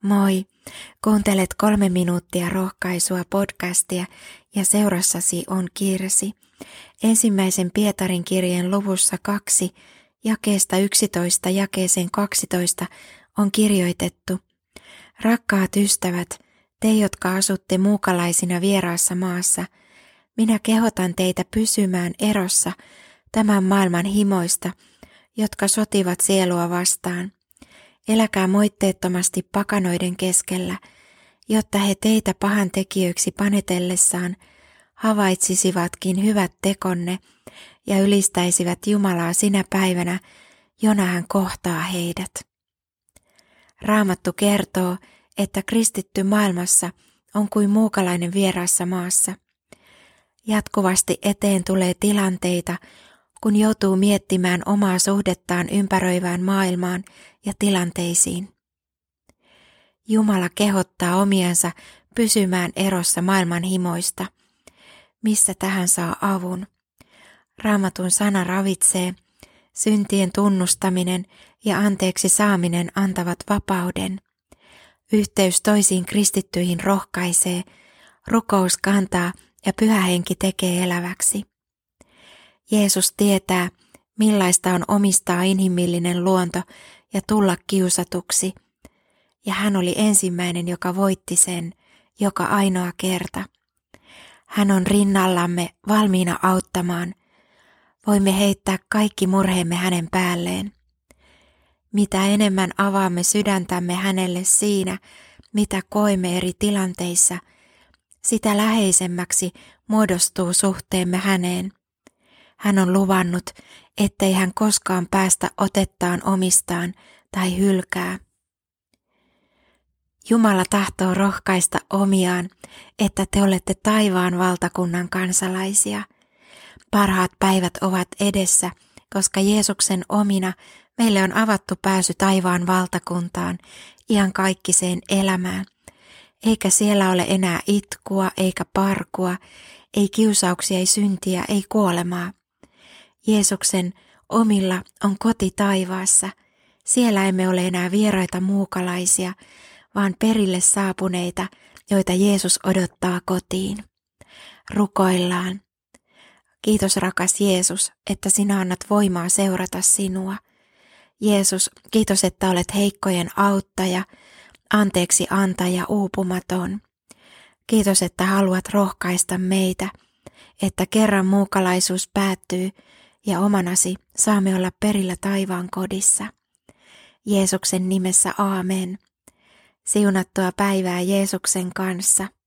Moi! Kuuntelet 3 minuuttia rohkaisua podcastia ja seurassasi on Kirsi. Ensimmäisen Pietarin kirjeen luvussa 2, jakeesta 11 jakeeseen 12 on kirjoitettu: Rakkaat ystävät, te jotka asutte muukalaisina vieraassa maassa, minä kehotan teitä pysymään erossa tämän maailman himoista, jotka sotivat sielua vastaan. Eläkää moitteettomasti pakanoiden keskellä, jotta he teitä pahantekijöiksi panetellessaan havaitsisivatkin hyvät tekonne ja ylistäisivät Jumalaa sinä päivänä, jona hän kohtaa heidät. Raamattu kertoo, että kristitty maailmassa on kuin muukalainen vieraassa maassa. Jatkuvasti eteen tulee tilanteita, kun joutuu miettimään omaa suhdettaan ympäröivään maailmaan ja tilanteisiin. Jumala kehottaa omiansa pysymään erossa maailman himoista. Missä tähän saa avun? Raamatun sana ravitsee, syntien tunnustaminen ja anteeksi saaminen antavat vapauden. Yhteys toisiin kristittyihin rohkaisee, rukous kantaa ja Pyhä Henki tekee eläväksi. Jeesus tietää, millaista on omistaa inhimillinen luonto ja tulla kiusatuksi, ja hän oli ensimmäinen, joka voitti sen, joka ainoa kerta. Hän on rinnallamme valmiina auttamaan. Voimme heittää kaikki murheemme hänen päälleen. Mitä enemmän avaamme sydäntämme hänelle siinä, mitä koemme eri tilanteissa, sitä läheisemmäksi muodostuu suhteemme häneen. Hän on luvannut, ettei hän koskaan päästä otettaan omistaan tai hylkää. Jumala tahtoo rohkaista omiaan, että te olette taivaan valtakunnan kansalaisia. Parhaat päivät ovat edessä, koska Jeesuksen omina meille on avattu pääsy taivaan valtakuntaan, iankaikkiseen elämään. Eikä siellä ole enää itkua, eikä parkua, ei kiusauksia, ei syntiä, ei kuolemaa. Jeesuksen omilla on koti taivaassa. Siellä emme ole enää vieraita muukalaisia, vaan perille saapuneita, joita Jeesus odottaa kotiin. Rukoillaan. Kiitos rakas Jeesus, että sinä annat voimaa seurata sinua. Jeesus, kiitos, että olet heikkojen auttaja, anteeksi antaja, uupumaton. Kiitos, että haluat rohkaista meitä, että kerran muukalaisuus päättyy ja omanasi saamme olla perillä taivaan kodissa. Jeesuksen nimessä aamen. Siunattua päivää Jeesuksen kanssa.